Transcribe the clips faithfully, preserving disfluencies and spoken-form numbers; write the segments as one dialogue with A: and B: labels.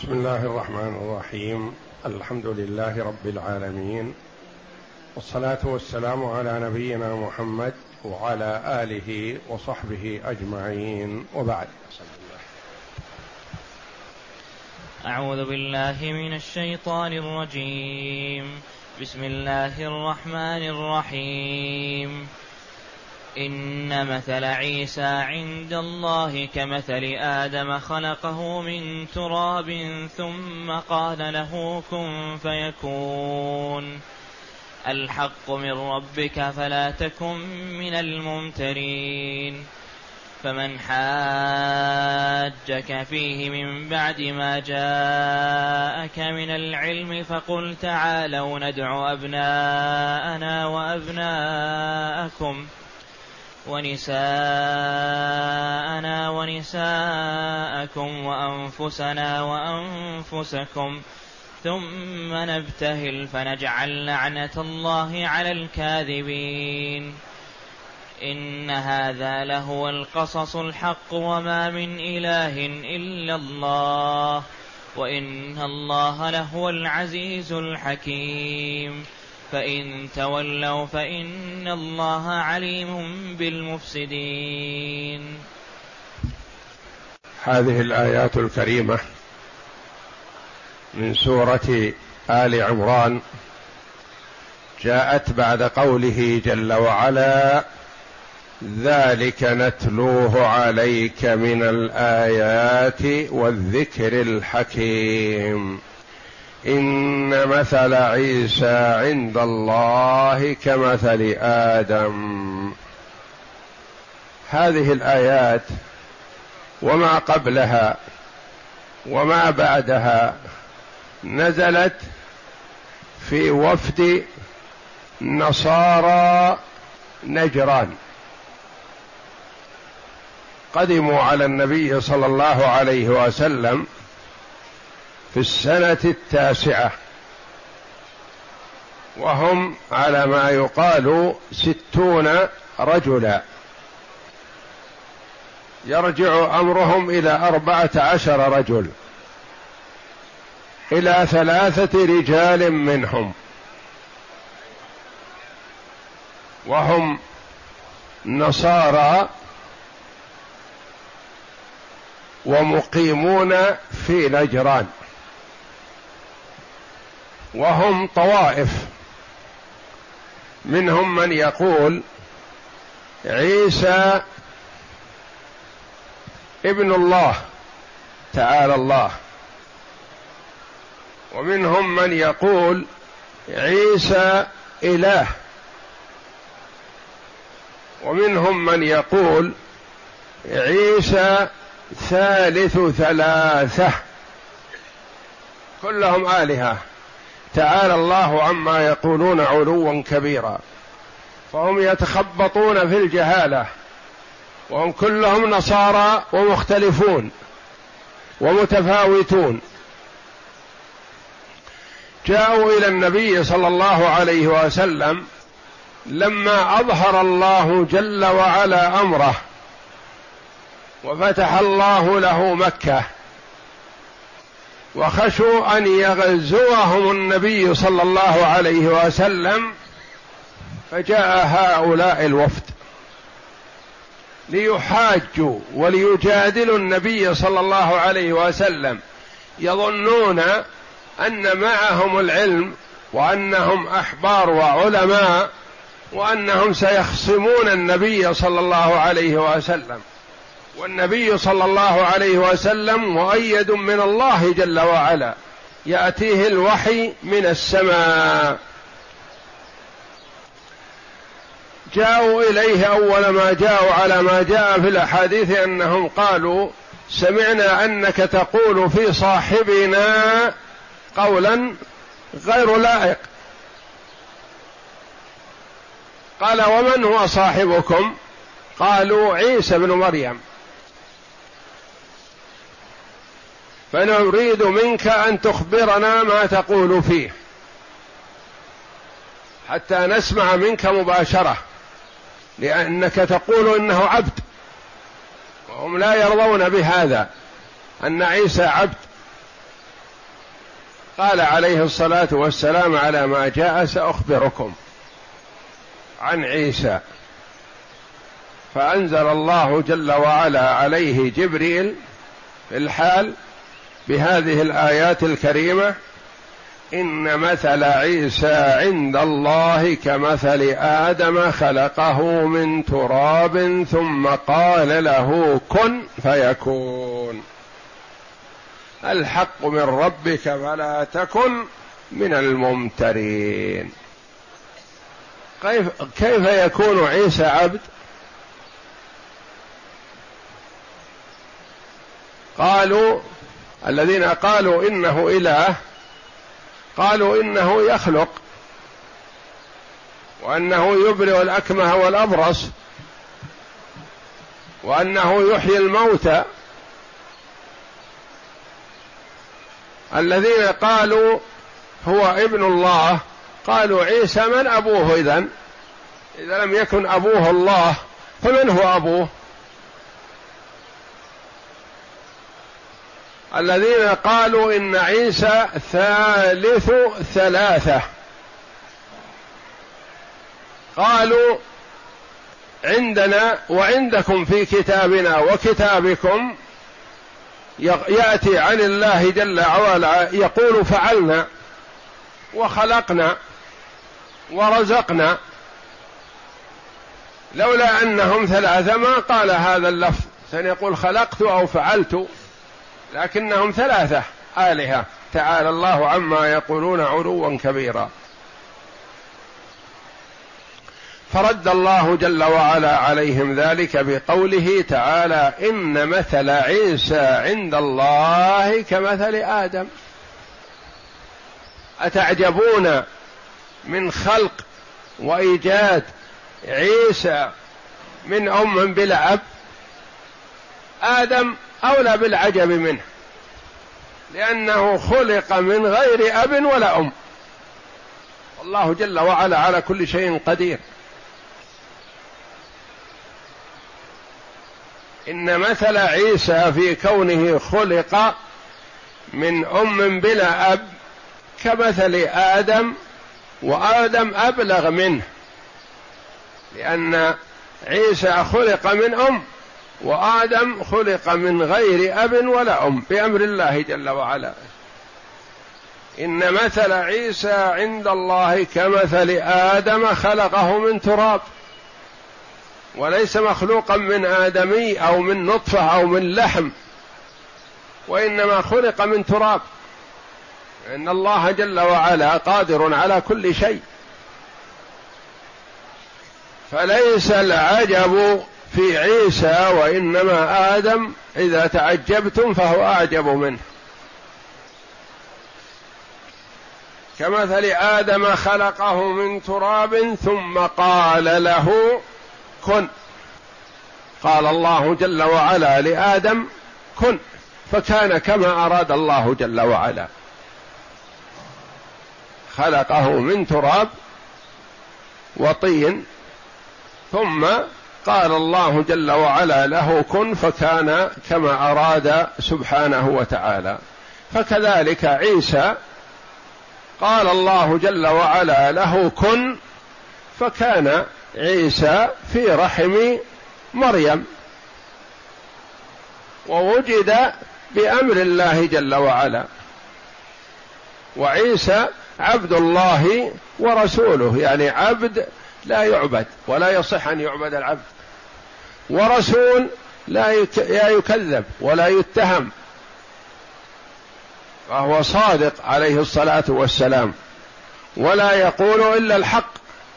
A: بسم الله الرحمن الرحيم. الحمد لله رب العالمين، والصلاة والسلام على نبينا محمد وعلى آله وصحبه أجمعين، وبعد.
B: أعوذ بالله من الشيطان الرجيم. بسم الله الرحمن الرحيم. إن مثل عيسى عند الله كمثل آدم خلقه من تراب ثم قال له كن فيكون. الحق من ربك فلا تكن من الممترين. فمن حاجك فيه من بعد ما جاءك من العلم فقل تعالوا ندع أبناءنا وأبناءكم ونساءنا ونساءكم وأنفسنا وأنفسكم ثم نبتهل فنجعل لعنة الله على الكاذبين. إن هذا لهو القصص الحق وما من إله إلا الله وإن الله لهو العزيز الحكيم. فإن تولوا فإن الله عليم بالمفسدين.
A: هذه الآيات الكريمة من سورة آل عمران جاءت بعد قوله جل وعلا: ذلك نتلوه عليك من الآيات والذكر الحكيم. إن مثل عيسى عند الله كمثل آدم. هذه الآيات وما قبلها وما بعدها نزلت في وفد نصارى نجران، قدموا على النبي صلى الله عليه وسلم في السنة التاسعة، وهم على ما يقال ستون رجلا، يرجع أمرهم إلى أربعة عشر رجل، إلى ثلاثة رجال منهم، وهم نصارى ومقيمون في نجران، وهم طوائف، منهم من يقول عيسى ابن الله تعالى الله، ومنهم من يقول عيسى إله، ومنهم من يقول عيسى ثالث ثلاثة، كلهم آلهة، تعالى الله عما يقولون علوا كبيرا. فهم يتخبطون في الجهالة، وهم كلهم نصارى ومختلفون ومتفاوتون. جاءوا إلى النبي صلى الله عليه وسلم لما أظهر الله جل وعلا أمره وفتح الله له مكة، وخشوا أن يغزوهم النبي صلى الله عليه وسلم، فجاء هؤلاء الوفد ليحاجوا وليجادلوا النبي صلى الله عليه وسلم، يظنون أن معهم العلم وأنهم أحبار وعلماء وأنهم سيخصمون النبي صلى الله عليه وسلم، والنبي صلى الله عليه وسلم مؤيد من الله جل وعلا، يأتيه الوحي من السماء. جاءوا إليه أول ما جاءوا على ما جاء في الأحاديث أنهم قالوا: سمعنا أنك تقول في صاحبنا قولا غير لائق. قال: ومن هو صاحبكم؟ قالوا: عيسى بن مريم. فنريد منك أن تخبرنا ما تقول فيه حتى نسمع منك مباشرة، لأنك تقول إنه عبد، وهم لا يرضون بهذا، أن عيسى عبد، قال عليه الصلاة والسلام على ما جاء: سأخبركم عن عيسى. فأنزل الله جل وعلا عليه جبريل في الحال بهذه الآيات الكريمة: إن مثل عيسى عند الله كمثل آدم خلقه من تراب ثم قال له كن فيكون. الحق من ربك فلا تكن من الممترين. كيف كيف يكون عيسى عبد؟ قالوا الذين قالوا إنه إله قالوا إنه يخلق، وأنه يبرئ الأكمه والأبرص، وأنه يحيي الموتى. الذين قالوا هو ابن الله قالوا عيسى من أبوه إذن؟ إذا لم يكن أبوه الله فمن هو أبوه؟ الذين قالوا إن عيسى ثالث ثلاثة قالوا عندنا وعندكم في كتابنا وكتابكم يأتي عن الله جل وعلا يقول فعلنا وخلقنا ورزقنا، لولا أنهم ثلاثة ما قال هذا اللفظ، سنقول خلقت أو فعلت، لكنهم ثلاثة آلهة تعالى الله عما يقولون علوا كبيرا. فرد الله جل وعلا عليهم ذلك بقوله تعالى: إن مثل عيسى عند الله كمثل آدم. أتعجبون من خلق وإيجاد عيسى من أم بلا أب؟ آدم أولى بالعجب منه، لأنه خلق من غير أب ولا أم. الله جل وعلا على كل شيء قدير. إن مثل عيسى في كونه خلق من أم بلا أب كمثل آدم، وآدم أبلغ منه، لأن عيسى خلق من أم وآدم خلق من غير أب ولا أم بأمر الله جل وعلا. إن مثل عيسى عند الله كمثل آدم خلقه من تراب، وليس مخلوقا من آدمي أو من نطفة أو من لحم، وإنما خلق من تراب، إن الله جل وعلا قادر على كل شيء. فليس العجب في عيسى وإنما آدم، إذا تعجبتم فهو أعجب منه. كمثل آدم خلقه من تراب ثم قال له كن. قال الله جل وعلا لآدم كن، فكان كما أراد الله جل وعلا. خلقه من تراب وطين، ثم قال الله جل وعلا له كن، فكان كما أراد سبحانه وتعالى. فكذلك عيسى قال الله جل وعلا له كن، فكان عيسى في رحم مريم، ووجد بأمر الله جل وعلا. وعيسى عبد الله ورسوله، يعني عبد لا يعبد ولا يصح أن يعبد العبد، ورسول لا يكذب ولا يتهم، فهو صادق عليه الصلاة والسلام ولا يقول إلا الحق.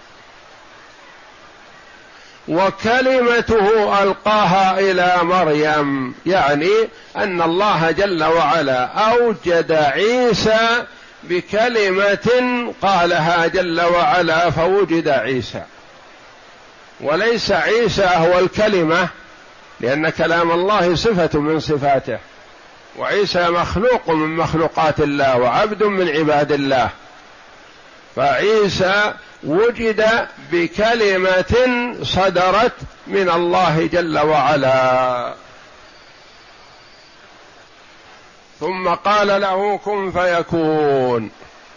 A: وكلمته ألقاها إلى مريم، يعني أن الله جل وعلا أوجد عيسى بكلمة قالها جل وعلا فوجد عيسى، وليس عيسى هو الكلمة، لأن كلام الله صفة من صفاته، وعيسى مخلوق من مخلوقات الله وعبد من عباد الله. فعيسى وجد بكلمة صدرت من الله جل وعلا. ثم قال له كن فيكون.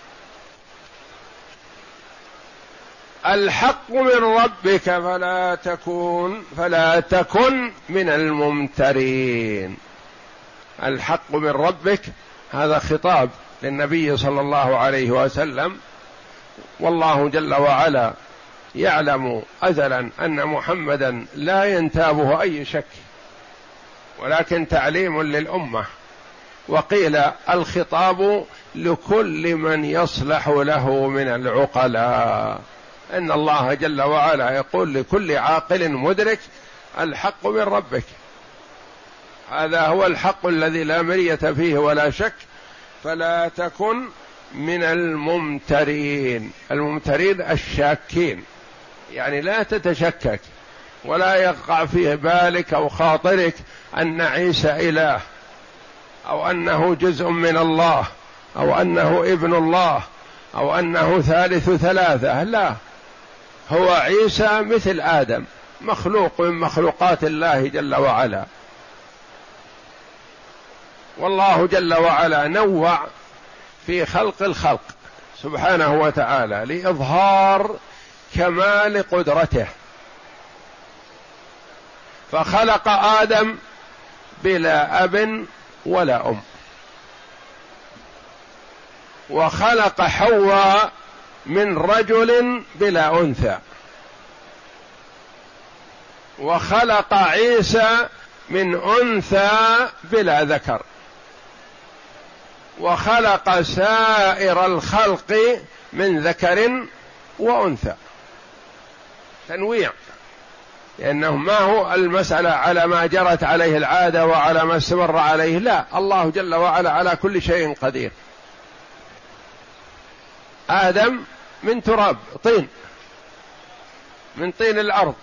A: الحق من ربك فلا تكون فلا تكن من الممترين. الحق من ربك هذا خطاب للنبي صلى الله عليه وسلم، والله جل وعلا يعلم أزلا أن محمدا لا ينتابه أي شك، ولكن تعليم للأمة. وقيل الخطاب لكل من يصلح له من العقلاء، إن الله جل وعلا يقول لكل عاقل مدرك الحق من ربك، هذا هو الحق الذي لا مرية فيه ولا شك. فلا تكن من الممترين، الممترين الشاكين، يعني لا تتشكك ولا يقع في بالك أو خاطرك أن عيسى إله، أو أنه جزء من الله، أو أنه ابن الله، أو أنه ثالث ثلاثة. لا، هو عيسى مثل آدم، مخلوق من مخلوقات الله جل وعلا. والله جل وعلا نوع في خلق الخلق سبحانه وتعالى لإظهار كمال قدرته، فخلق آدم بلا أب ولا أم، وخلق حواء من رجل بلا أنثى، وخلق عيسى من أنثى بلا ذكر، وخلق سائر الخلق من ذكر وأنثى. تنويع، لأنه ما هو المسألة على ما جرت عليه العادة وعلى ما استمر عليه، لا، الله جل وعلا على كل شيء قدير. آدم من تراب، طين، من طين الأرض،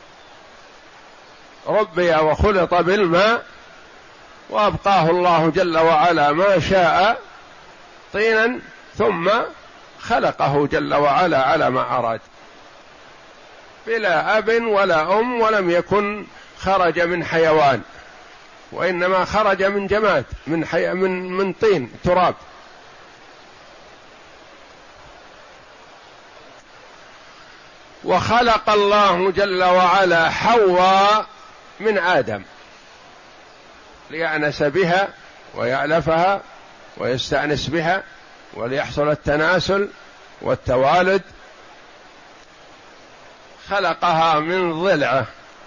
A: ربي وخلط بالماء، وأبقاه الله جل وعلا ما شاء طينا، ثم خلقه جل وعلا على ما أراد، بلا أب ولا أم، ولم يكن خرج من حيوان، وإنما خرج من جماد، من حي... من من طين تراب. وخلق الله جل وعلا حواء من آدم ليأنس بها ويألفها ويستأنس بها وليحصل التناسل والتوالد. خلقها من ضلعه،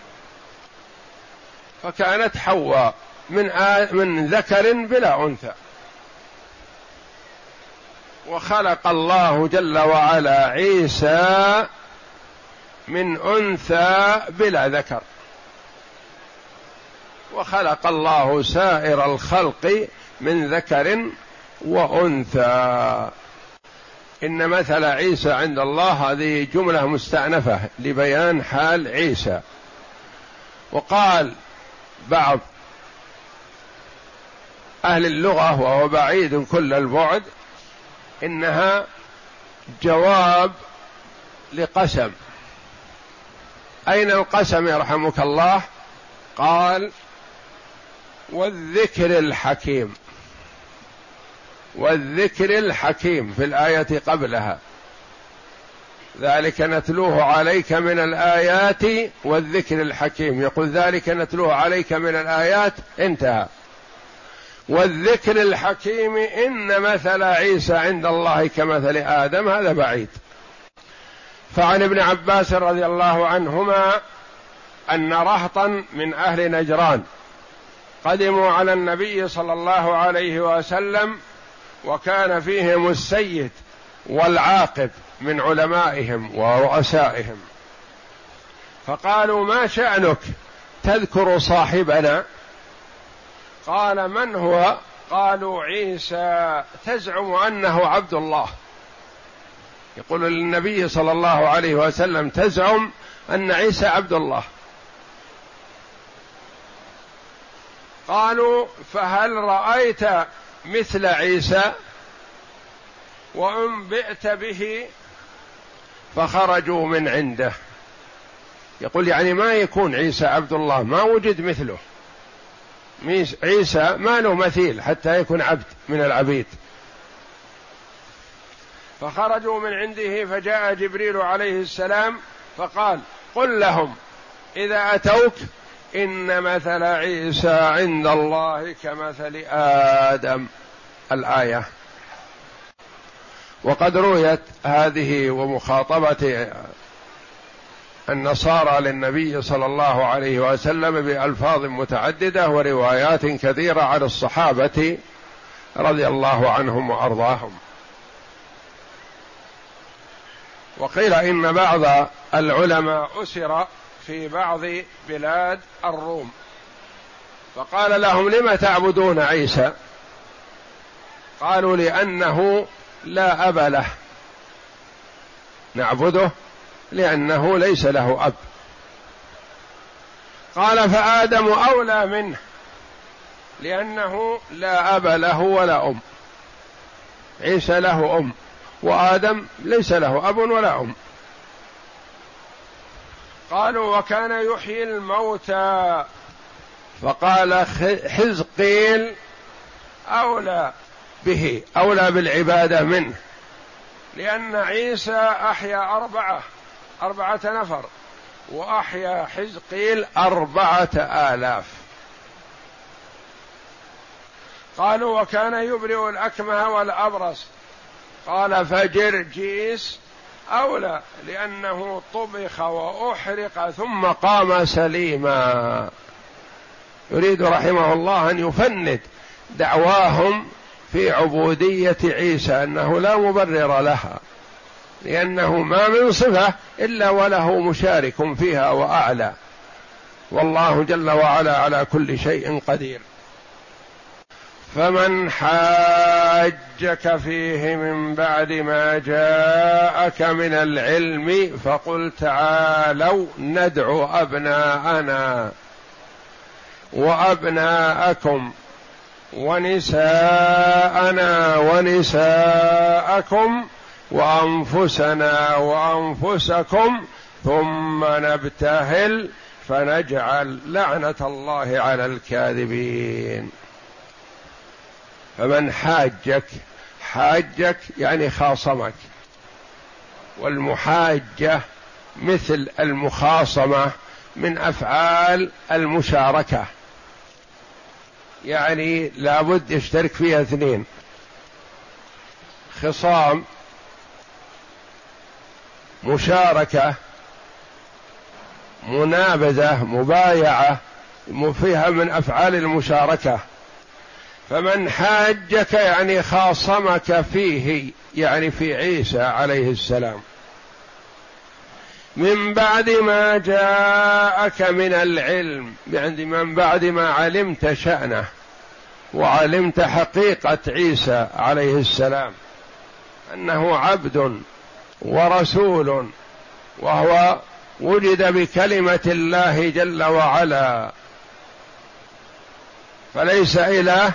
A: فكانت حواء من آ... من ذكر بلا أنثى. وخلق الله جل وعلا عيسى من أنثى بلا ذكر، وخلق الله سائر الخلق من ذكر وأنثى. إن مثل عيسى عند الله، هذه جملة مستأنفة لبيان حال عيسى. وقال بعض أهل اللغة وهو بعيد كل البعد إنها جواب لقسم. أين القسم يرحمك الله؟ قال والذكر الحكيم، والذكر الحكيم في الآية قبلها، ذلك نتلوه عليك من الآيات والذكر الحكيم. يقول ذلك نتلوه عليك من الآيات، انتهى. والذكر الحكيم إن مثل عيسى عند الله كمثل آدم، هذا بعيد. فعن ابن عباس رضي الله عنهما أن رهطا من أهل نجران قدموا على النبي صلى الله عليه وسلم، وكان فيهم السيد والعاقب من علمائهم ورؤسائهم، فقالوا ما شأنك تذكر صاحبنا؟ قال من هو؟ قالوا عيسى، تزعم أنه عبد الله. يقول للنبي صلى الله عليه وسلم تزعم أن عيسى عبد الله. قالوا فهل رأيت مثل عيسى؟ وأنبئت به؟ فخرجوا من عنده. يقول يعني ما يكون عيسى عبد الله، ما وجد مثله، عيسى ما له مثيل حتى يكون عبد من العبيد. فخرجوا من عنده فجاء جبريل عليه السلام فقال قل لهم إذا أتوك إن مثل عيسى عند الله كمثل آدم، الآية. وقد رويت هذه ومخاطبة النصارى للنبي صلى الله عليه وسلم بألفاظ متعددة وروايات كثيرة عن الصحابة رضي الله عنهم وأرضاهم. وقيل إن بعض العلماء أسر في بعض بلاد الروم فقال لهم لم تعبدون عيسى؟ قالوا لأنه لا أب له، نعبده لأنه ليس له أب. قال فآدم أولى منه لأنه لا أب له ولا أم، عيسى له أم وآدم ليس له أب ولا أم. قالوا وكان يحيي الموتى، فقال حزقيل أولى به، أولى بالعبادة منه، لأن عيسى أحيا أربعة أربعة نفر وأحيا حزقيل أربعة آلاف. قالوا وكان يبرئ الأكمه والأبرص، قال فجرجيس أولى لأنه طبخ وأحرق ثم قام سليما. يريد رحمه الله أن يفند دعواهم في عبودية عيسى أنه لا مبرر لها، لأنه ما من صفة إلا وله مشارك فيها وأعلى، والله جل وعلا على كل شيء قدير. فمن حاجك فيه من بعد ما جاءك من العلم فقل تعالوا ندعو أبناءنا وأبناءكم ونساءنا ونساءكم وأنفسنا وأنفسكم ثم نبتهل فنجعل لعنة الله على الكاذبين. فمن حاجك، حاجك يعني خاصمك، والمحاجة مثل المخاصمة من أفعال المشاركة، يعني لابد يشترك فيها اثنين، خصام، مشاركة، منابذة، مبايعة، فيها من أفعال المشاركة. فمن حاجك يعني خاصمك فيه، يعني في عيسى عليه السلام، من بعد ما جاءك من العلم، يعني من بعد ما علمت شأنه وعلمت حقيقة عيسى عليه السلام أنه عبد ورسول، وهو وجد بكلمة الله جل وعلا، فليس إله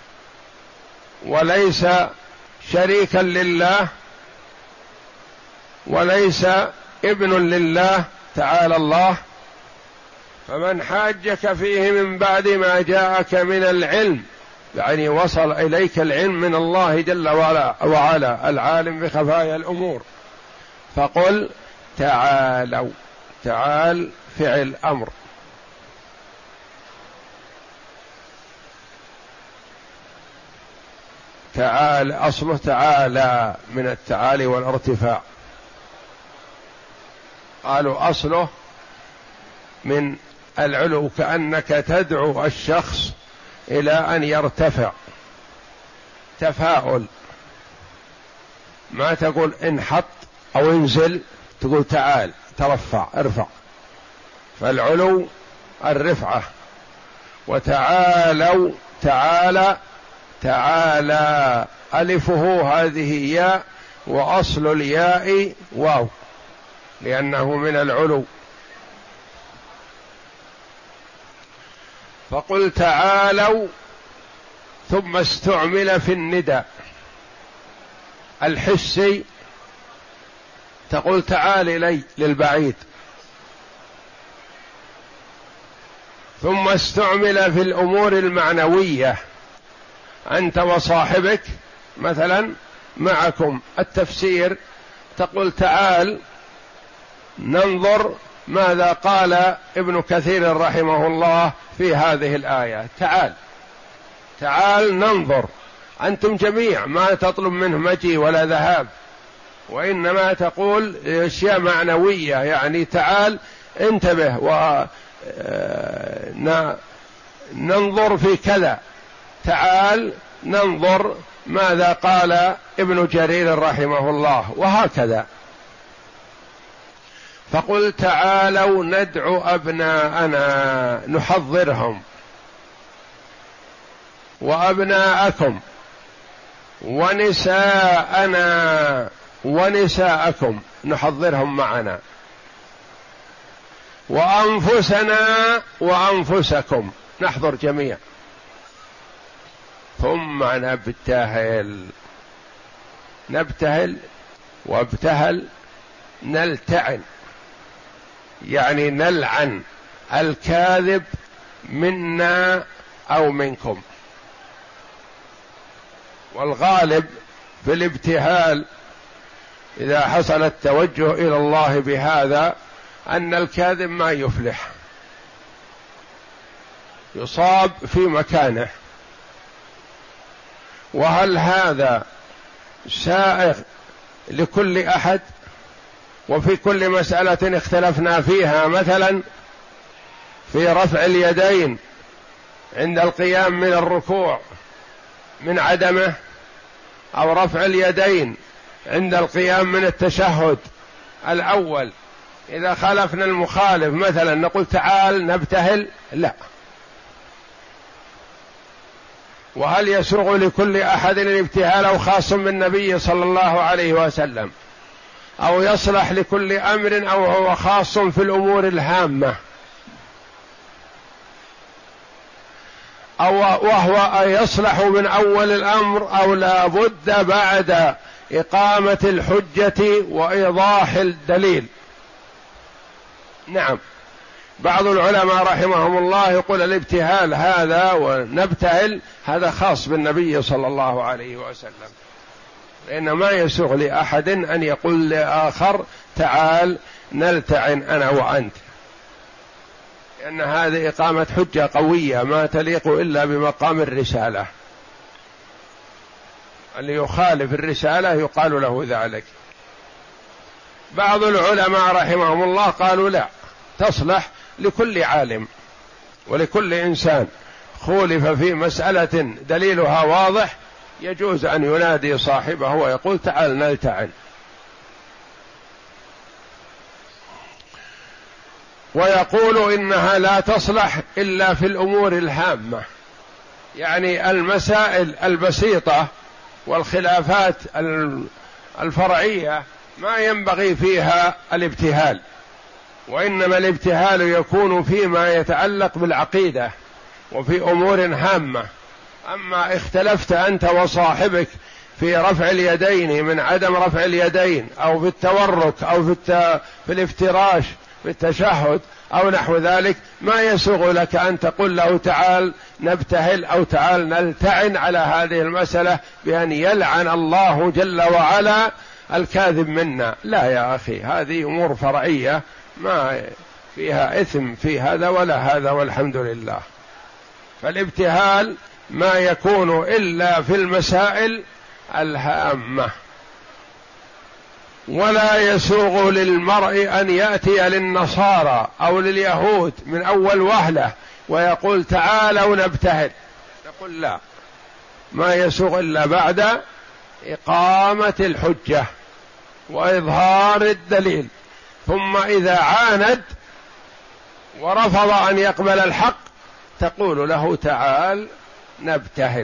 A: وليس شريكا لله وليس ابن لله تعالى الله. فمن حاجك فيه من بعد ما جاءك من العلم، يعني وصل إليك العلم من الله جل وعلا العالم بخفايا الأمور، فقل تعالوا. تعال فعل أمر، تعال أصله تعالى من التعالي والارتفاع، قالوا أصله من العلو، كأنك تدعو الشخص إلى أن يرتفع، تفاؤل، ما تقول انحط أو انزل، تقول تعال ترفع ارفع، فالعلو الرفعة. وتعالوا، تعالى تعالى ألفه هذه ياء، وأصل الياء واو لأنه من العلو. فقل تعالوا، ثم استعمل في النداء الحسي، تقول تعال إلي للبعيد، ثم استعمل في الأمور المعنوية، أنت وصاحبك مثلا معكم التفسير، تقول تعال ننظر ماذا قال ابن كثير رحمه الله في هذه الآية، تعال تعال ننظر. أنتم جميع ما تطلب منه مجيء ولا ذهاب، وإنما تقول أشياء معنوية، يعني تعال انتبه وننظر في كذا، تعال ننظر ماذا قال ابن جرير رحمه الله، وهكذا. فقل تعالوا ندعو أبناءنا نحضرهم، وأبناءكم، ونساءنا ونساءكم نحضرهم معنا، وأنفسنا وأنفسكم نحضر جميع، ثم نبتهل. نبتهل وابتهل نلتعن، يعني نلعن الكاذب منا أو منكم. والغالب في الابتهال إذا حصل التوجه إلى الله بهذا أن الكاذب ما يفلح، يصاب في مكانه. وهل هذا سائغ لكل أحد؟ وفي كل مسألة اختلفنا فيها، مثلا في رفع اليدين عند القيام من الركوع من عدمه، أو رفع اليدين عند القيام من التشهد الأول، إذا خالفنا المخالف مثلا نقول تعال نبتهل؟ لا. وهل يسوغ لكل أحد الابتهال أو خاص بالنبي صلى الله عليه وسلم، أو يصلح لكل أمر، أو هو خاص في الأمور الهامة، أو وهو يصلح من أول الأمر، أو لا بد بعد إقامة الحجة وإيضاح الدليل؟ نعم، بعض العلماء رحمهم الله يقول الابتهال هذا ونبتهل هذا خاص بالنبي صلى الله عليه وسلم، لأن ما يسوغ لأحد أن يقول لآخر تعال نلتعن أنا وأنت، لأن هذه إقامة حجة قوية ما تليق إلا بمقام الرسالة. اللي يخالف الرسالة يقال له ذلك. بعض العلماء رحمهم الله قالوا لا، تصلح لكل عالم ولكل إنسان خولف في مسألة دليلها واضح، يجوز أن ينادي صاحبه ويقول تعال نلتعن. ويقول إنها لا تصلح إلا في الأمور الهامة، يعني المسائل البسيطة والخلافات الفرعية ما ينبغي فيها الابتهال، وإنما الابتهال يكون فيما يتعلق بالعقيدة وفي أمور هامة. أما اختلفت أنت وصاحبك في رفع اليدين من عدم رفع اليدين، أو في التورك، أو في, الت... في الافتراش في التشهد أو نحو ذلك، ما يسوغ لك أن تقول له تعال نبتهل أو تعال نلتعن على هذه المسألة بأن يلعن الله جل وعلا الكاذب منا. لا يا أخي، هذه أمور فرعية ما فيها إثم في هذا ولا هذا، والحمد لله. فالابتهال ما يكون إلا في المسائل الهامة. ولا يسوغ للمرء أن يأتي للنصارى أو لليهود من أول وهلة ويقول تعالوا نبتهل، نقول لا، ما يسوغ إلا بعد إقامة الحجة وإظهار الدليل. ثم إذا عاند ورفض أن يقبل الحق تقول له تعال نبتهل.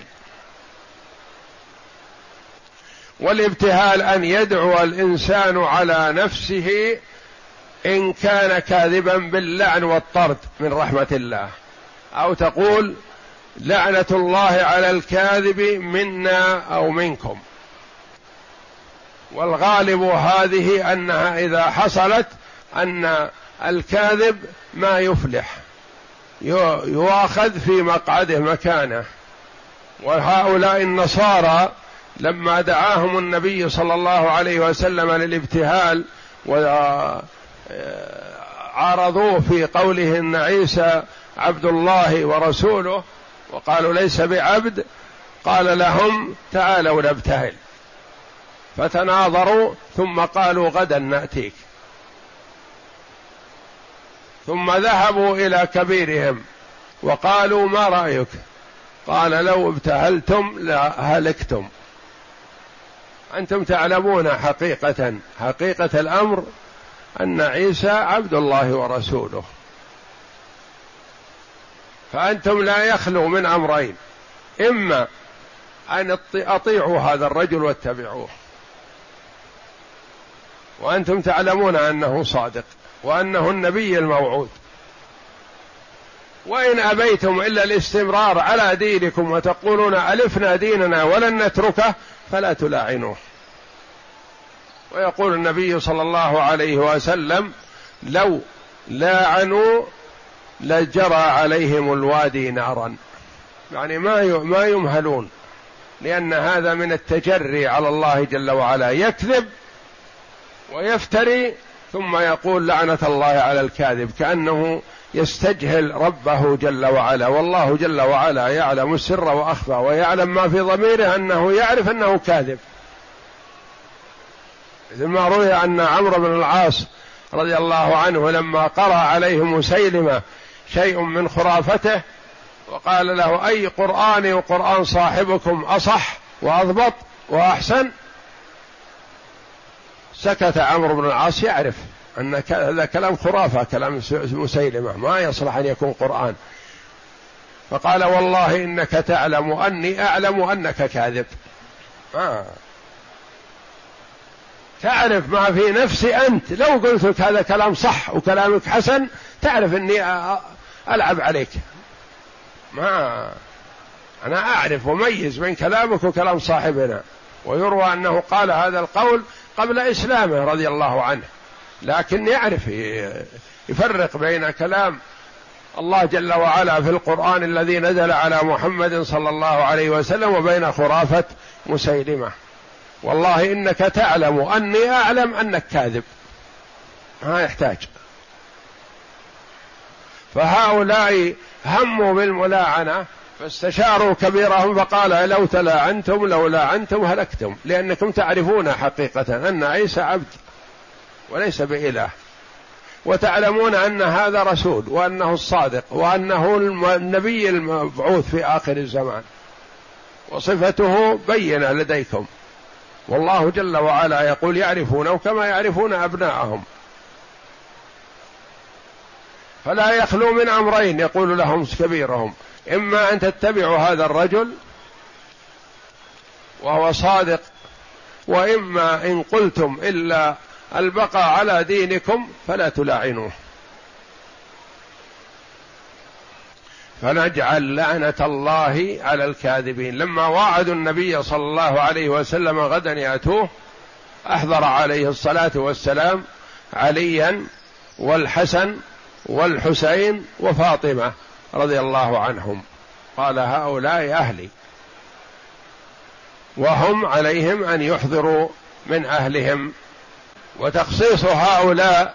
A: والابتهال أن يدعو الإنسان على نفسه إن كان كاذبا باللعن والطرد من رحمة الله، أو تقول لعنة الله على الكاذب منا أو منكم. والغالب هذه أنها إذا حصلت أن الكاذب ما يفلح، يؤاخذ في مقعده مكانه. وهؤلاء النصارى لما دعاهم النبي صلى الله عليه وسلم للابتهال وعارضوه في قوله إن عيسى عبد الله ورسوله وقالوا ليس بعبد، قال لهم تعالوا نبتهل، فتناظروا ثم قالوا غدا نأتيك، ثم ذهبوا إلى كبيرهم وقالوا ما رأيك؟ قال لو ابتهلتم لهلكتم. أنتم تعلمون حقيقة حقيقة الأمر أن عيسى عبد الله ورسوله، فأنتم لا يخلو من أمرين: إما أن أطيعوا هذا الرجل واتبعوه وأنتم تعلمون أنه صادق وأنه النبي الموعود، وإن أبيتم إلا الاستمرار على دينكم وتقولون ألفنا ديننا ولن نتركه فلا تلاعنوه. ويقول النبي صلى الله عليه وسلم: لو لاعنوا لجرى عليهم الوادي نارا، يعني ما ما يمهلون، لأن هذا من التجري على الله جل وعلا، يكذب ويفتري ثم يقول لعنة الله على الكاذب، كأنه يستجهل ربه جل وعلا، والله جل وعلا يعلم السر وأخفى ويعلم ما في ضميره أنه يعرف أنه كاذب. مثل ما روي أن عمرو بن العاص رضي الله عنه لما قرأ عليه مسيلمة شيء من خرافته وقال له: أي قرآن وقرآن صاحبكم أصح وأضبط وأحسن؟ سكت عمرو بن العاص، يعرف أن هذا كلام خرافة، كلام مسيلمة ما يصلح أن يكون قرآن، فقال: والله إنك تعلم أني أعلم أنك كاذب. آه. تعرف ما في نفسي أنت، لو قلت لك هذا كلام صح وكلامك حسن تعرف أني ألعب عليك، ما أنا أعرف وميز بين كلامك وكلام صاحبنا. ويروى أنه قال هذا القول قبل إسلامه رضي الله عنه، لكن يعرف يفرق بين كلام الله جل وعلا في القرآن الذي نزل على محمد صلى الله عليه وسلم وبين خرافة مسيلمة. والله إنك تعلم أني أعلم أنك كاذب، ما يحتاج. فهؤلاء هموا بالملاعنة فاستشاروا كبيرهم فقال: لو تلاعنتم لو لاعنتم هلكتم، لأنكم تعرفون حقيقة أن عيسى عبد وليس بإله، وتعلمون أن هذا رسول وأنه الصادق وأنه النبي المبعوث في آخر الزمان، وصفته بينة لديكم، والله جل وعلا يقول يعرفونه كما يعرفون أبناءهم. فلا يخلو من أمرين يقول لهم كبيرهم: إما أن تتبعوا هذا الرجل وهو صادق، وإما إن قلتم إلا البقاء على دينكم فلا تلاعنوه، فنجعل لعنة الله على الكاذبين. لما وعدوا النبي صلى الله عليه وسلم غدا يأتوه، أحضر عليه الصلاة والسلام عليا والحسن والحسين وفاطمة رضي الله عنهم، قال: هؤلاء أهلي، وهم عليهم أن يحضروا من أهلهم. وتخصيص هؤلاء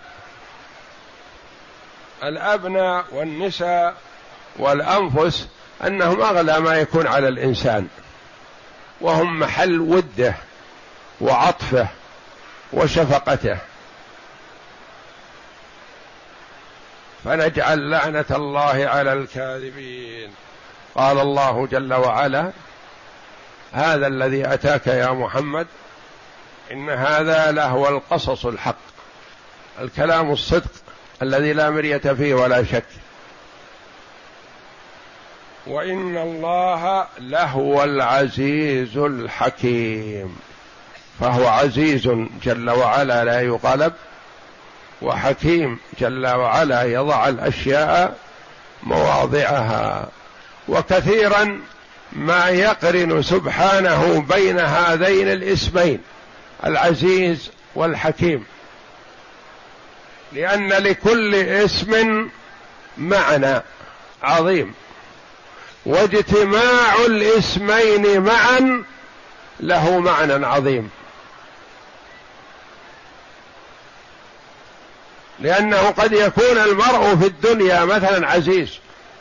A: الأبناء والنساء والأنفس أنهم أغلى ما يكون على الإنسان، وهم محل وده وعطفه وشفقته. فنجعل لعنة الله على الكاذبين. قال الله جل وعلا: هذا الذي أتاك يا محمد إن هذا لهو القصص الحق، الكلام الصدق الذي لا مرية فيه ولا شك، وإن الله لهو العزيز الحكيم. فهو عزيز جل وعلا لا يغلب، وحكيم جل وعلا يضع الأشياء مواضعها. وكثيرا ما يقرن سبحانه بين هذين الاسمين العزيز والحكيم، لأن لكل اسم معنى، عظيم، واجتماع الاسمين معا له معنى عظيم، لأنه قد يكون المرء في الدنيا مثلا عزيز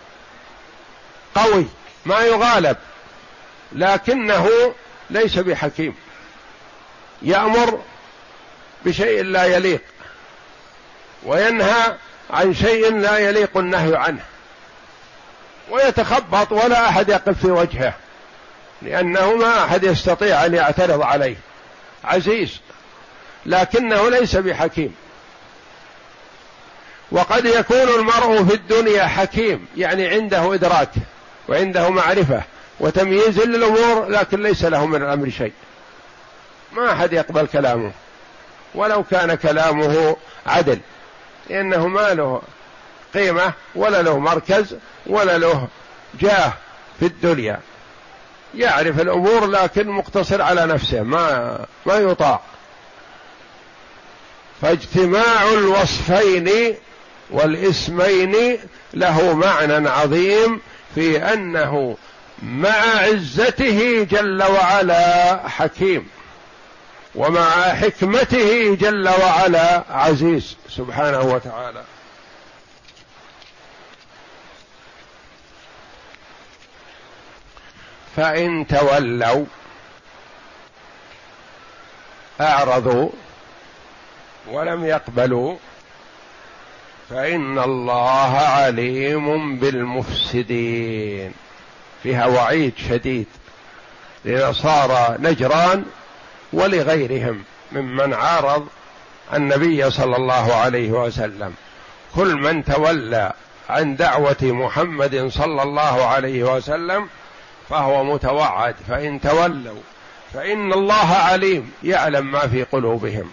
A: قوي ما يغالب، لكنه ليس بحكيم، يأمر بشيء لا يليق وينهى عن شيء لا يليق النهي عنه، ويتخبط ولا أحد يقف في وجهه، لأنه ما أحد يستطيع أن يعترض عليه، عزيز لكنه ليس بحكيم. وقد يكون المرء في الدنيا حكيم، يعني عنده إدراك وعنده معرفة وتمييز للأمور، لكن ليس له من الأمر شيء، ما أحد يقبل كلامه ولو كان كلامه عدل، لأنه ما له قيمة ولا له مركز ولا له جاه في الدنيا، يعرف الأمور لكن مقتصر على نفسه، ما ما يطاع. فاجتماع الوصفين والاسمين له معنى عظيم في أنه مع عزته جل وعلا حكيم، ومع حكمته جل وعلا عزيز سبحانه وتعالى. فإن تولوا أعرضوا ولم يقبلوا فإن الله عليم بالمفسدين. فيها وعيد شديد لنصارى نجران ولغيرهم ممن عارض النبي صلى الله عليه وسلم. كل من تولى عن دعوة محمد صلى الله عليه وسلم فهو متوعد. فإن تولوا فإن الله عليم، يعلم ما في قلوبهم،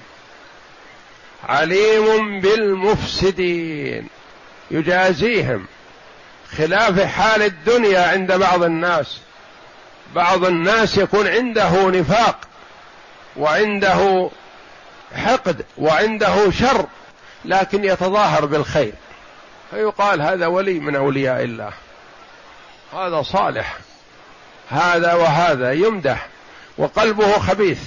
A: عليم بالمفسدين، يجازيهم، خلاف حال الدنيا عند بعض الناس. بعض الناس يكون عنده نفاق وعنده حقد وعنده شر، لكن يتظاهر بالخير، فيقال هذا ولي من أولياء الله، هذا صالح، هذا وهذا يمدح، وقلبه خبيث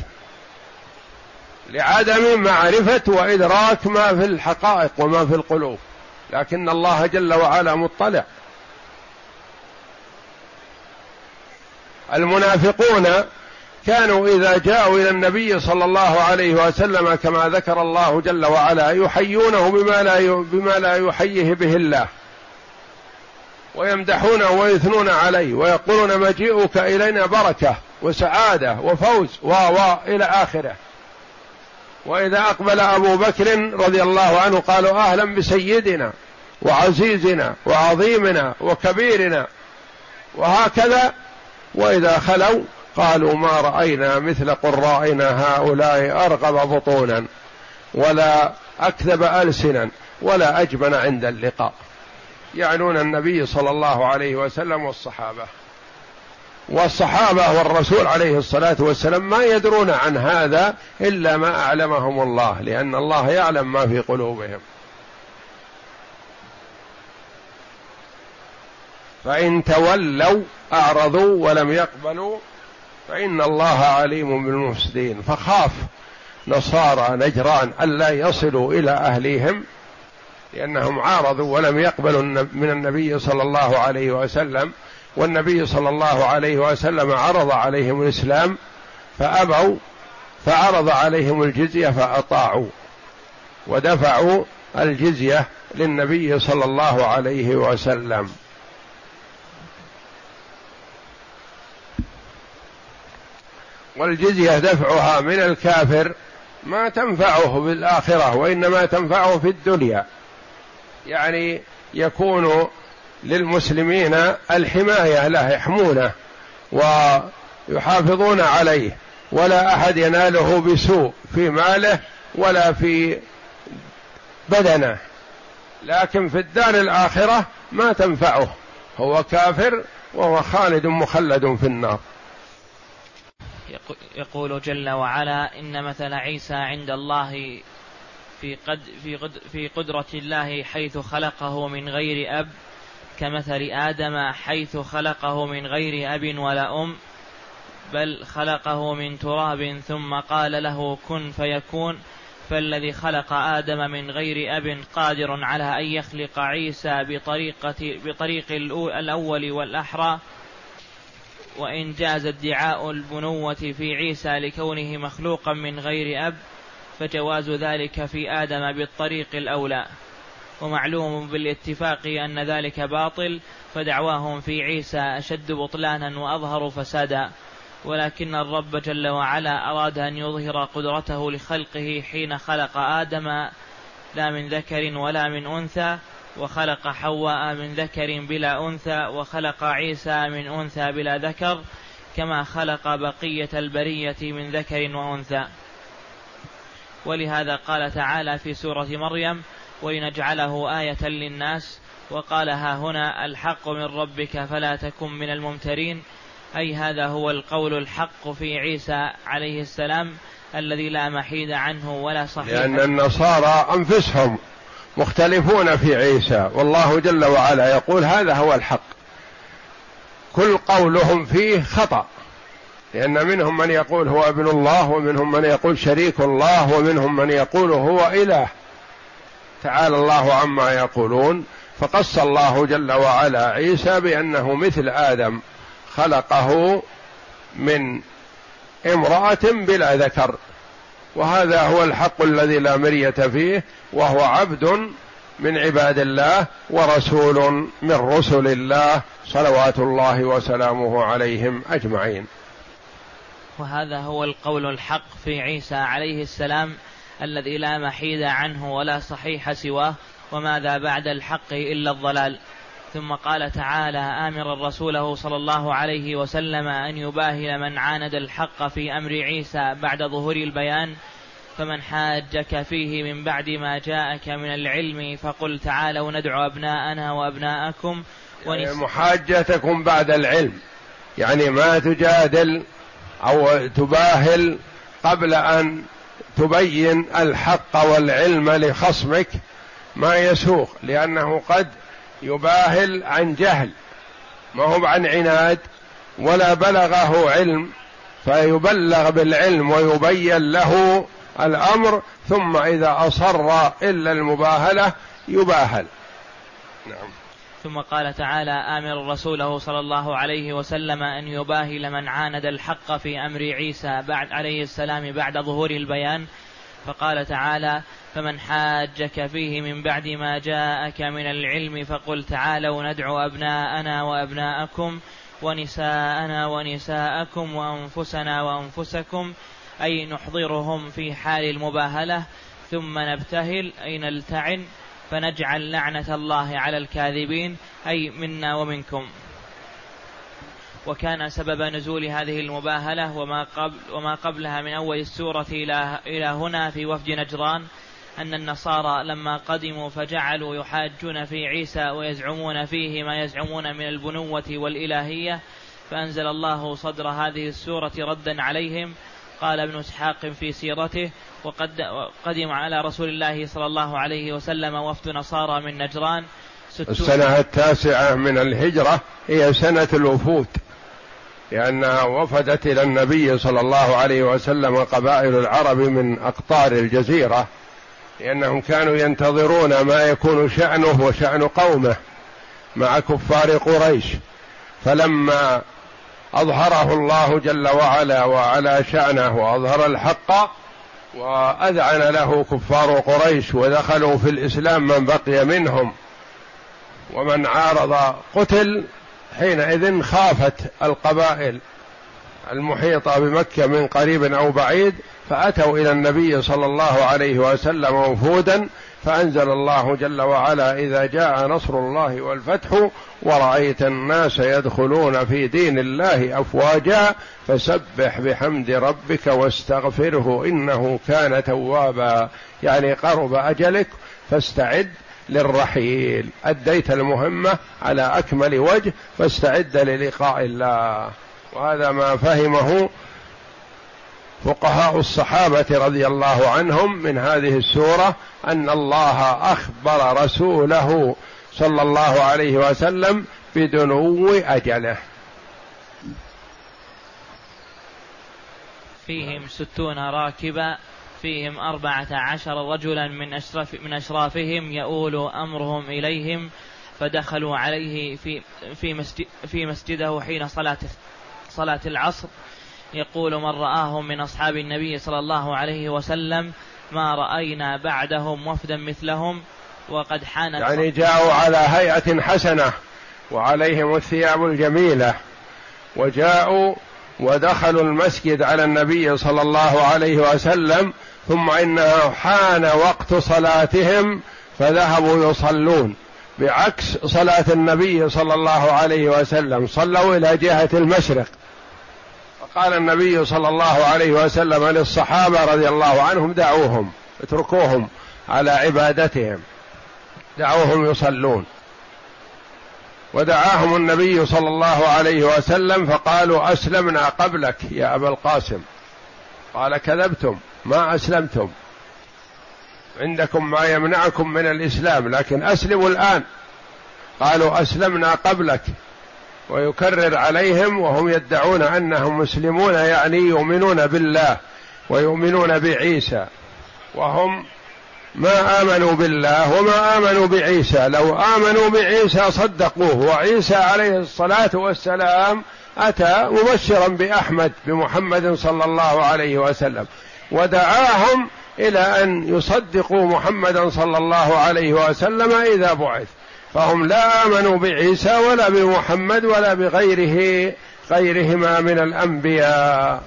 A: لعدم معرفة وإدراك ما في الحقائق وما في القلوب، لكن الله جل وعلا مطلع. المنافقون كانوا إذا جاءوا إلى النبي صلى الله عليه وسلم كما ذكر الله جل وعلا يحيونه بما لا بما لا يحييه به الله، ويمدحونه ويثنون عليه ويقولون مجيئك إلينا بركة وسعادة وفوز و و إلى آخره. وإذا أقبل أبو بكر رضي الله عنه قالوا أهلا بسيدنا وعزيزنا وعظيمنا وكبيرنا، وهكذا. وإذا خلوا قالوا ما رأينا مثل قرائنا هؤلاء أرغب بطونا ولا أكذب ألسنا ولا أجبن عند اللقاء، يعنون النبي صلى الله عليه وسلم والصحابة. والصحابة والرسول عليه الصلاة والسلام ما يدرون عن هذا إلا ما أعلمهم الله، لأن الله يعلم ما في قلوبهم. فإن تولوا أعرضوا ولم يقبلوا فإن الله عليم بالمفسدين. فخاف نصارى نجران ألا يصلوا إلى أهليهم لأنهم عارضوا ولم يقبلوا من النبي صلى الله عليه وسلم، والنبي صلى الله عليه وسلم عرض عليهم الإسلام فأبوا، فعرض عليهم الجزية فأطاعوا ودفعوا الجزية للنبي صلى الله عليه وسلم. والجزية دفعها من الكافر ما تنفعه بالآخرة وإنما تنفعه في الدنيا، يعني يكون للمسلمين الحماية له، يحمونه ويحافظون عليه، ولا أحد يناله بسوء في ماله ولا في بدنه. لكن في الدار الآخرة ما تنفعه، هو كافر وهو خالد مخلد في النار.
B: يقول جل وعلا إن مثل عيسى عند الله في, قد في, قد في قدرة الله حيث خلقه من غير أب كمثل آدم حيث خلقه من غير أب ولا أم، بل خلقه من تراب ثم قال له كن فيكون. فالذي خلق آدم من غير أب قادر على أن يخلق عيسى بطريقة بطريق الأول والأحرى. وإن جاز ادعاء البنوة في عيسى لكونه مخلوقا من غير أب، فجواز ذلك في آدم بالطريق الأولى. ومعلوم بالاتفاق أن ذلك باطل، فدعواهم في عيسى أشد بطلانا وأظهر فسادا. ولكن الرب جل وعلا أراد أن يظهر قدرته لخلقه حين خلق آدم لا من ذكر ولا من أنثى، وخلق حواء من ذكر بلا أنثى، وخلق عيسى من أنثى بلا ذكر، كما خلق بقية البرية من ذكر وأنثى. ولهذا قال تعالى في سورة مريم ولنجعله آية للناس، وقال ها هنا الحق من ربك فلا تكن من الممترين، أي هذا هو القول الحق في عيسى عليه السلام الذي لا محيد عنه ولا صحيح.
A: لأن النصارى أنفسهم مختلفون في عيسى، والله جل وعلا يقول هذا هو الحق، كل قولهم فيه خطأ، لأن منهم من يقول هو ابن الله، ومنهم من يقول شريك الله، ومنهم من يقول هو إله، تعالى الله عما يقولون. فقص الله جل وعلا عيسى بأنه مثل آدم خلقه من امرأة بلا ذكر، وهذا هو الحق الذي لا مرية فيه، وهو عبد من عباد الله ورسول من رسل الله صلوات الله وسلامه عليهم أجمعين.
B: وهذا هو القول الحق في عيسى عليه السلام الذي لا محيد عنه ولا صحيح سواه، وماذا بعد الحق إلا الضلال. ثم قال تعالى آمرا رسوله صلى الله عليه وسلم أن يباهل من عاند الحق في أمر عيسى بعد ظهور البيان، فمن حاجك فيه من بعد ما جاءك من العلم فقل تعالوا ندعو أبناءنا وأبناءكم
A: يعني محاجتكم بعد العلم، يعني ما تجادل أو تباهل قبل أن تبين الحق والعلم لخصمك ما يسوق، لأنه قد يباهل عن جهل ما هو عن عناد ولا بلغه علم، فيبلغ بالعلم ويبين له الأمر، ثم إذا أصر إلا المباهلة يباهل. نعم.
B: ثم قال تعالى آمر رسوله صلى الله عليه وسلم أن يباهل من عاند الحق في أمر عيسى بعد عليه السلام بعد ظهور البيان، فقال تعالى فمن حاجك فيه من بعد ما جاءك من العلم فقل تعالوا ندعو أبناءنا وأبناءكم ونساءنا ونساءكم وأنفسنا وأنفسكم، أي نحضرهم في حال المباهلة، ثم نبتهل أي نلتعن، فنجعل لعنة الله على الكاذبين، أي منا ومنكم. وكان سبب نزول هذه المباهلة وما, قبل وما قبلها من أول السورة إلى هنا في وفد نجران أن النصارى لما قدموا فجعلوا يحاجون في عيسى ويزعمون فيه ما يزعمون من البنوة والإلهية، فأنزل الله صدر هذه السورة ردا عليهم. قال ابن إسحاق في سيرته وقد قدم على رسول الله صلى الله عليه وسلم وفد نصارى من نجران
A: السنة التاسعة من الهجرة، هي سنة الوفود، لأنها وفدت إلى النبي صلى الله عليه وسلم قبائل العرب من أقطار الجزيرة، لأنهم كانوا ينتظرون ما يكون شأنه وشأن قومه مع كفار قريش، فلما أظهره الله جل وعلا وعلى شأنه وأظهر الحق وأذعن له كفار قريش ودخلوا في الإسلام من بقي منهم، ومن عارض قتل، حينئذ خافت القبائل المحيطة بمكة من قريب أو بعيد، فأتوا إلى النبي صلى الله عليه وسلم وفودا، فأنزل الله جل وعلا إذا جاء نصر الله والفتح ورأيت الناس يدخلون في دين الله أفواجا فسبح بحمد ربك واستغفره إنه كان توابا، يعني قرب أجلك فاستعد للرحيل، أديت المهمة على أكمل وجه فاستعد للقاء الله. وهذا ما فهمه فقهاء الصحابة رضي الله عنهم من هذه السورة، أن الله أخبر رسوله صلى الله عليه وسلم بدنو أجله.
B: فيهم ستون راكبا فيهم أربعة عشر رجلا من أشرف من أشرافهم يؤول أمرهم إليهم، فدخلوا عليه في في مسجد في مسجده حين صلاة صلاة العصر، يقول من رآهم من أصحاب النبي صلى الله عليه وسلم ما رأينا بعدهم وفدا مثلهم وقد حانت.
A: يعني جاءوا على هيئة حسنة وعليهم الثياب الجميلة، وجاءوا ودخلوا المسجد على النبي صلى الله عليه وسلم، ثم إنه حان وقت صلاتهم فذهبوا يصلون بعكس صلاة النبي صلى الله عليه وسلم، صلوا إلى جهة المشرق. فقال النبي صلى الله عليه وسلم للصحابة رضي الله عنهم دعوهم، اتركوهم على عبادتهم، دعوهم يصلون. ودعاهم النبي صلى الله عليه وسلم فقالوا أسلمنا قبلك يا أبا القاسم. قال كذبتم، ما أسلمتم، عندكم ما يمنعكم من الإسلام، لكن أسلموا الآن. قالوا أسلمنا قبلك، ويكرر عليهم وهم يدعون أنهم مسلمون، يعني يؤمنون بالله ويؤمنون بعيسى، وهم ما آمنوا بالله وما آمنوا بعيسى. لو آمنوا بعيسى صدقوه، وعيسى عليه الصلاة والسلام أتى مبشرا بأحمد بمحمد صلى الله عليه وسلم، ودعاهم إلى أن يصدقوا محمدا صلى الله عليه وسلم إذا بعث، فهم لا آمنوا بعيسى ولا بمحمد ولا بغيره غيرهما من الأنبياء.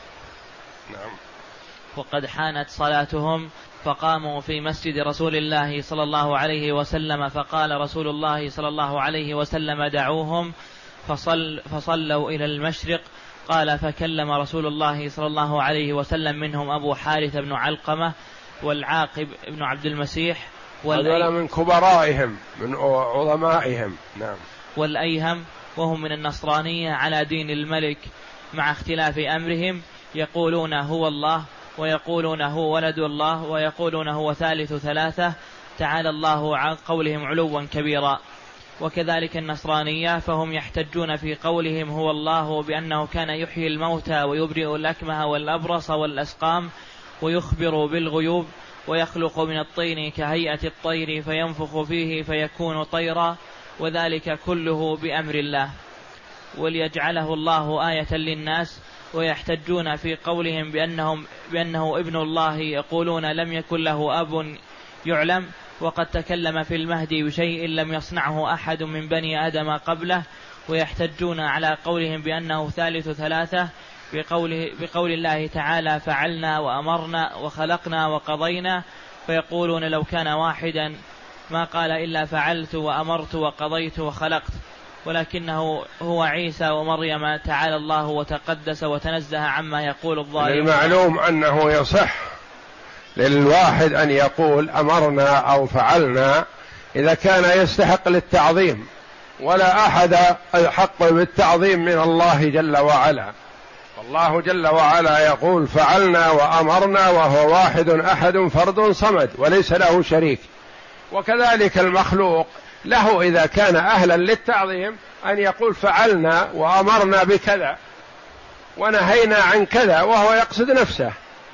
B: نعم. وقد حانت صلاتهم فقاموا في مسجد رسول الله صلى الله عليه وسلم، فقال رسول الله صلى الله عليه وسلم دعوهم، فصل فصلوا إلى المشرق. قال فكلم رسول الله صلى الله عليه وسلم منهم أبو حارث بن علقمة والعاقب بن عبد المسيح
A: هذول من كبرائهم من عظمائهم. نعم.
B: والأيهم وهم من النصرانية على دين الملك مع اختلاف أمرهم، يقولون هو الله ويقولون هو ولد الله ويقولون هو ثالث ثلاثة، تعالى الله عن قولهم علوا كبيرا. وكذلك النصرانية فهم يحتجون في قولهم هو الله بأنه كان يحيي الموتى ويبرئ الأكمه والأبرص والأسقام ويخبر بالغيوب ويخلق من الطين كهيئة الطير فينفخ فيه فيكون طيرا، وذلك كله بأمر الله، وليجعله الله آية للناس. ويحتجون في قولهم بأنهم بأنه ابن الله، يقولون لم يكن له أب يعلم، وقد تكلم في المهدي بشيء لم يصنعه أحد من بني آدم قبله. ويحتجون على قولهم بأنه ثالث ثلاثة بقوله بقول الله تعالى فعلنا وأمرنا وخلقنا وقضينا، فيقولون لو كان واحدا ما قال إلا فعلت وأمرت وقضيت وخلقت، ولكنه هو عيسى ومريم تعالى الله وتقدس وتنزه عما يقول الظالمون.
A: المعلوم أنه يصح للواحد أن يقول أمرنا أو فعلنا إذا كان يستحق للتعظيم، ولا أحد أحق بالتعظيم من الله جل وعلا. الله جل وعلا يقول فعلنا وأمرنا وهو واحد أحد فرد صمد وليس له شريك. وكذلك المخلوق له إذا كان أهلا للتعظيم أن يقول فعلنا وأمرنا بكذا ونهينا عن كذا وهو يقصد نفسه.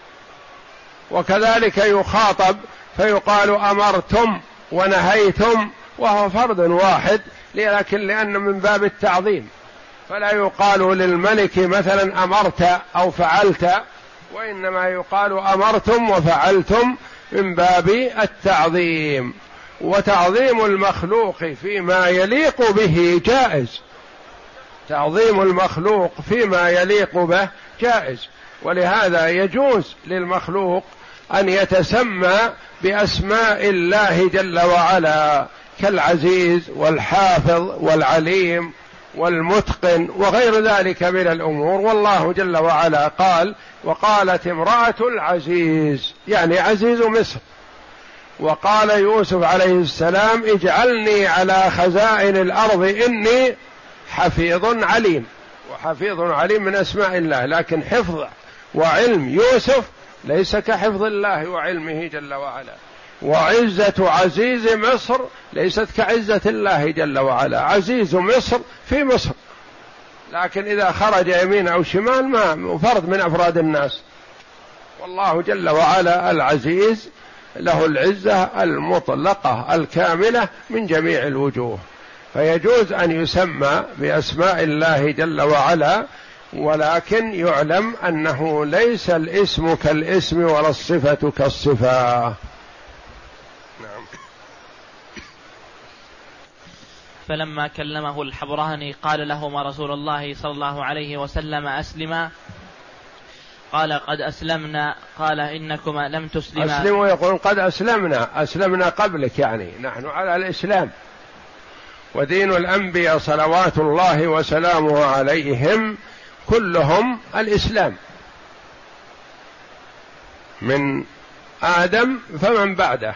A: وكذلك يخاطب فيقال أمرتم ونهيتم وهو فرد واحد، لكن لأنه من باب التعظيم، فلا يقال للملك مثلا أمرت أو فعلت، وإنما يقال أمرتم وفعلتم من باب التعظيم. وتعظيم المخلوق فيما يليق به جائز، تعظيم المخلوق فيما يليق به جائز، ولهذا يجوز للمخلوق أن يتسمى بأسماء الله جل وعلا كالعزيز والحافظ والعليم والمتقن وغير ذلك من الأمور. والله جل وعلا قال وقالت امرأة العزيز، يعني عزيز مصر. وقال يوسف عليه السلام اجعلني على خزائن الأرض إني حفيظ عليم، وحفيظ عليم من أسماء الله، لكن حفظ وعلم يوسف ليس كحفظ الله وعلمه جل وعلا. وعزة عزيز مصر ليست كعزة الله جل وعلا. عزيز مصر في مصر، لكن إذا خرج يمين أو شمال ما فرد من أفراد الناس. والله جل وعلا العزيز له العزة المطلقة الكاملة من جميع الوجوه، فيجوز أن يسمى بأسماء الله جل وعلا، ولكن يعلم أنه ليس الاسم كالاسم ولا الصفة كالصفة. نعم.
B: فلما كلمه الحبراني قال لهما رسول الله صلى الله عليه وسلم أسلما، قال قد أسلمنا. قال إنكما لم تسلما.
A: أسلموا يقول قد أسلمنا، أسلمنا قبلك، يعني نحن على الإسلام، ودين الأنبياء صلوات الله وسلامه عليهم كلهم الإسلام، من آدم فمن بعده.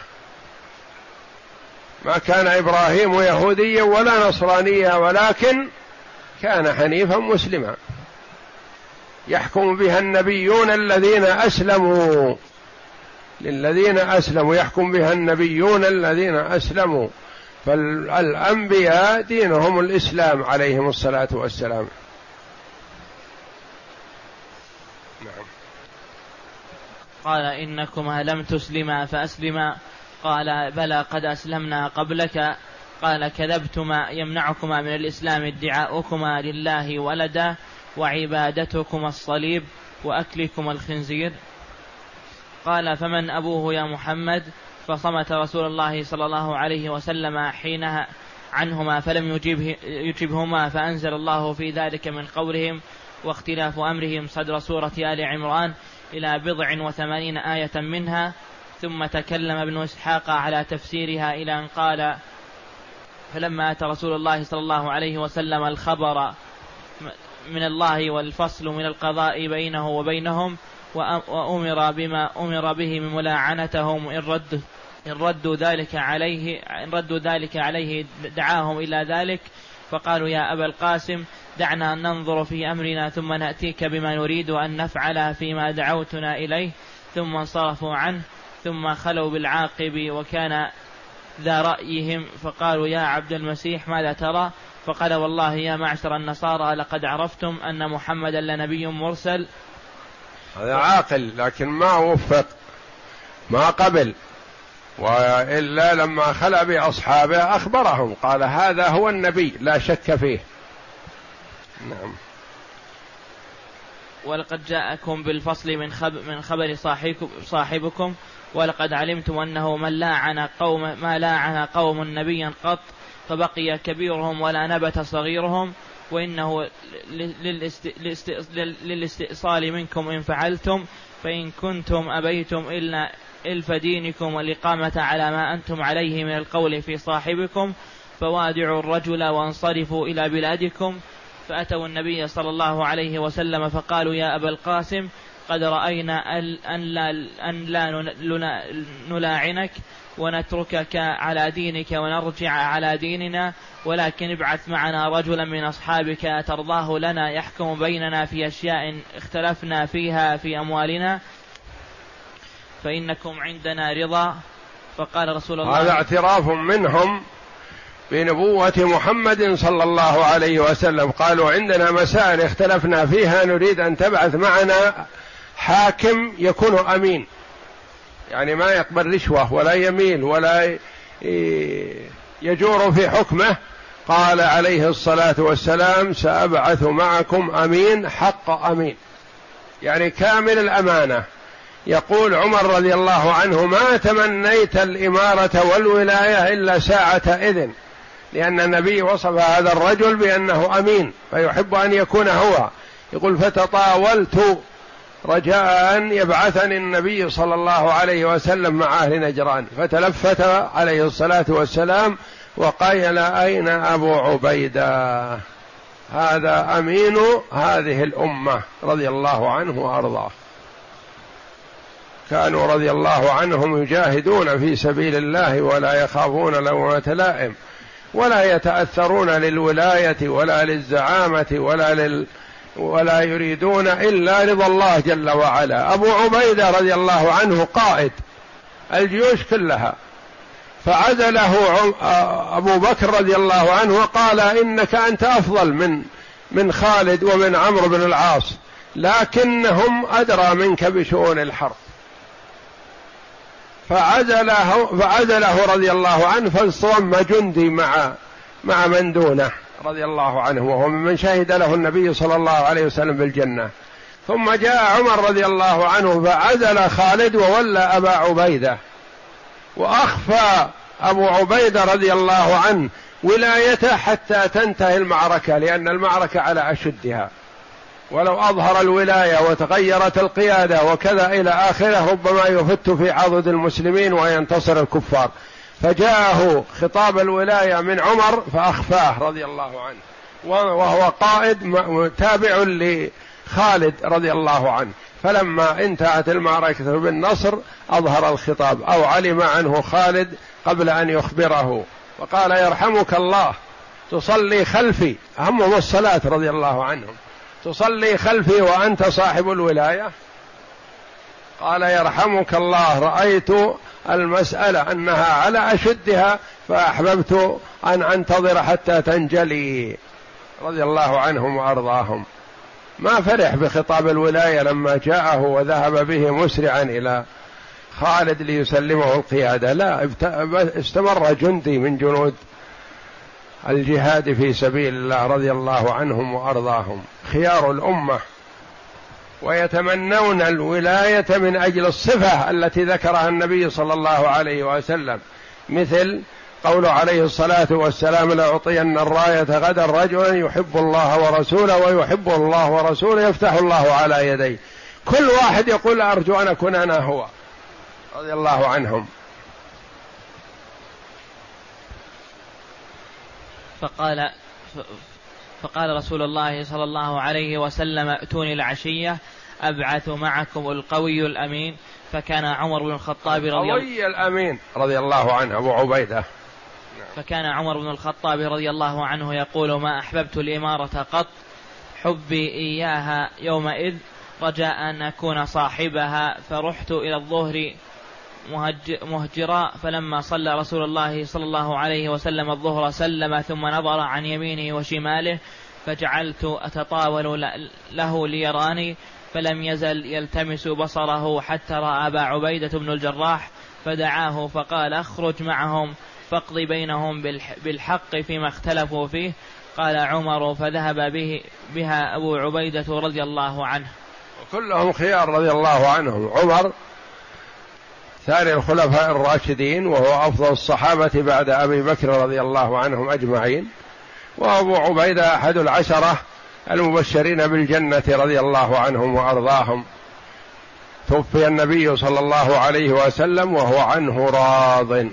A: ما كان إبراهيم يهوديا ولا نصرانيا، ولكن كان حنيفا مسلما، يحكم بها النبيون الذين أسلموا للذين أسلموا، يحكم بها النبيون الذين أسلموا. فالأنبياء دينهم الإسلام عليهم الصلاة والسلام. نعم.
B: قال إنكما لم تسلما فأسلما. قال بلى قد أسلمنا قبلك. قال كذبتما، يمنعكما من الإسلام ادعاؤكما لله ولدا وعبادتكما الصليب وأكلكما الخنزير. قال فمن أبوه يا محمد؟ فصمت رسول الله صلى الله عليه وسلم حينها عنهما فلم يجيبه يجيبهما، فأنزل الله في ذلك من قولهم واختلاف أمرهم صدر سورة آل عمران إلى بضع وثمانين آية منها. ثم تكلم ابن إسحاق على تفسيرها إلى أن قال فلما أتى رسول الله صلى الله عليه وسلم الخبر من الله والفصل من القضاء بينه وبينهم وأمر بما أمر به من ملاعنتهم إن ردوا إن ردوا ذلك عليه إن ردوا ذلك عليه دعاهم إلى ذلك، فقالوا يا أبا القاسم دعنا ننظر في أمرنا ثم نأتيك بما نريد أن نفعل فيما دعوتنا إليه. ثم انصرفوا عنه، ثم خلوا بالعاقب وكان ذا رأيهم، فقالوا يا عبد المسيح ماذا ترى؟ فقال والله يا معشر النصارى لقد عرفتم أن محمدا لنبي مرسل.
A: هذا عاقل، لكن ما وفق، ما قبل، وإلا لما خلأ بأصحابه أخبرهم قال هذا هو النبي لا شك فيه. نعم.
B: ولقد جاءكم بالفصل من خبر, من خبر صاحبكم ولقد علمتم أنه من لاعن قوم ما لاعن قوم نبيا قط فبقي كبيرهم ولا نبت صغيرهم، وإنه للاستئصال منكم إن فعلتم، فإن كنتم أبيتم إلا إلف دينكم والإقامة على ما أنتم عليه من القول في صاحبكم فوادعوا الرجل وانصرفوا إلى بلادكم. فأتوا النبي صلى الله عليه وسلم فقالوا يا أبا القاسم قد رأينا أن لا, أن لا نلاعنك ونتركك على دينك ونرجع على ديننا، ولكن ابعث معنا رجلا من أصحابك ترضاه لنا يحكم بيننا في أشياء اختلفنا فيها في أموالنا فإنكم عندنا رضا. فقال رسول الله
A: هذا اعتراف منهم بنبوة محمد صلى الله عليه وسلم، قالوا عندنا مسائل اختلفنا فيها نريد أن تبعث معنا حاكم يكون أمين، يعني ما يقبل رشوة ولا يميل ولا يجور في حكمه. قال عليه الصلاة والسلام سأبعث معكم أمين حق أمين، يعني كامل الأمانة. يقول عمر رضي الله عنه ما تمنيت الإمارة والولاية إلا ساعة إذن، لأن النبي وصف هذا الرجل بأنه أمين فيحب أن يكون هو. يقول فتطاولت رجاء أن يبعثني النبي صلى الله عليه وسلم مع أهل نجران، فتلفت عليه الصلاة والسلام وقال أين أبو عبيدة؟ هذا أمين هذه الأمة رضي الله عنه وأرضاه. كانوا رضي الله عنهم يجاهدون في سبيل الله ولا يخافون لومة لائم، ولا يتأثرون للولاية ولا للزعامة ولا لل ولا يريدون إلا رضا الله جل وعلا. أبو عبيدة رضي الله عنه قائد الجيوش كلها. فعزله أبو بكر رضي الله عنه وقال إنك أنت أفضل من من خالد ومن عمرو بن العاص، لكنهم أدرى منك بشؤون الحرب. فعزله فعزله رضي الله عنه، فانصرم جندي مع مع من دونه رضي الله عنه، وهو ممن شهد له النبي صلى الله عليه وسلم بالجنة. ثم جاء عمر رضي الله عنه فعزل خالد وولى أبا عبيدة، وأخفى أبو عبيدة رضي الله عنه ولايته حتى تنتهي المعركة، لأن المعركة على أشدها، ولو أظهر الولاية وتغيرت القيادة وكذا إلى آخره ربما يفت في عضد المسلمين وينتصر الكفار. فجاءه خطاب الولاية من عمر فأخفاه رضي الله عنه، وهو قائد تابع لخالد رضي الله عنه. فلما انتهت المعركة بالنصر أظهر الخطاب، أو علم عنه خالد قبل أن يخبره، وقال يرحمك الله تصلي خلفي، أهمهم الصلاة رضي الله عنهم، تصلي خلفي وأنت صاحب الولاية. قال يرحمك الله رأيت المسألة أنها على أشدها فأحببت أن أنتظر حتى تنجلي رضي الله عنهم وأرضاهم. ما فرح بخطاب الولاية لما جاءه وذهب به مسرعا إلى خالد ليسلمه القيادة، لا، استمر جندي من جنود الجهاد في سبيل الله رضي الله عنهم وأرضاهم، خيار الأمة، ويتمنون الولاية من أجل الصفة التي ذكرها النبي صلى الله عليه وسلم، مثل قوله عليه الصلاة والسلام لأعطين الراية غدا رجلا يحب الله ورسوله ويحب الله ورسوله يفتح الله على يديه. كل واحد يقول أرجو أن أكون أنا هو رضي الله عنهم.
B: فقال فقال رسول الله صلى الله عليه وسلم ائتوني العشية أبعث معكم القوي الأمين. فكان عمر بن الخطاب رضي الله
A: القوي الأمين رضي الله عنه أبو عبيدة.
B: فكان عمر بن الخطاب رضي الله عنه يقول ما أحببت الإمارة قط، حبي إياها يومئذ رجاء أن أكون صاحبها. فرحت إلى الظهر مهجرا، فلما صلى رسول الله صلى الله عليه وسلم الظهر سلم ثم نظر عن يمينه وشماله، فجعلت أتطاول له ليراني، فلم يزل يلتمس بصره حتى رأى أبا عبيدة بن الجراح فدعاه فقال اخرج معهم فاقض بينهم بالحق فيما اختلفوا فيه. قال عمر فذهب به بها أبو عبيدة رضي الله عنه.
A: كلهم خيار رضي الله عنهم. عمر ثاني الخلفاء الراشدين وهو أفضل الصحابة بعد أبي بكر رضي الله عنهم أجمعين، وأبو عبيدة أحد العشرة المبشرين بالجنة رضي الله عنهم وأرضاهم. توفي النبي صلى الله عليه وسلم وهو عنه راض.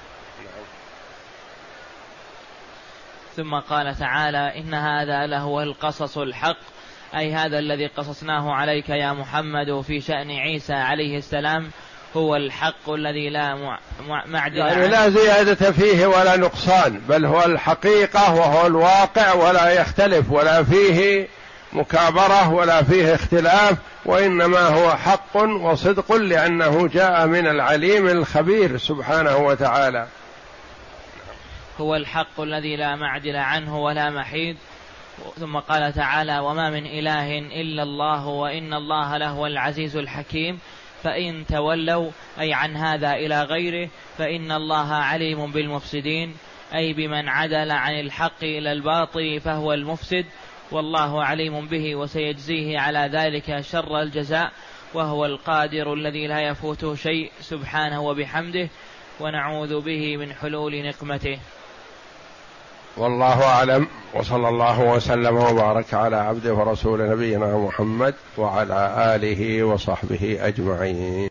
B: ثم قال تعالى إن هذا لهو القصص الحق، أي هذا الذي قصصناه عليك يا محمد في شأن عيسى عليه السلام هو الحق الذي لا معدل
A: يعني لا زيادة فيه ولا نقصان، بل هو الحقيقة وهو الواقع ولا يختلف ولا فيه مكابرة ولا فيه اختلاف، وإنما هو حق وصدق لأنه جاء من العليم الخبير سبحانه وتعالى.
B: هو الحق الذي لا معدل عنه ولا محيد. ثم قال تعالى وما من إله إلا الله وإن الله لهو العزيز الحكيم. فإن تولوا أي عن هذا إلى غيره فإن الله عليم بالمفسدين، أي بمن عدل عن الحق إلى الباطل فهو المفسد، والله عليم به وسيجزيه على ذلك شر الجزاء، وهو القادر الذي لا يفوته شيء سبحانه وبحمده، ونعوذ به من حلول نقمته.
A: والله أعلم، وصلى الله وسلم وبارك على عبده ورسول نبينا محمد وعلى آله وصحبه أجمعين.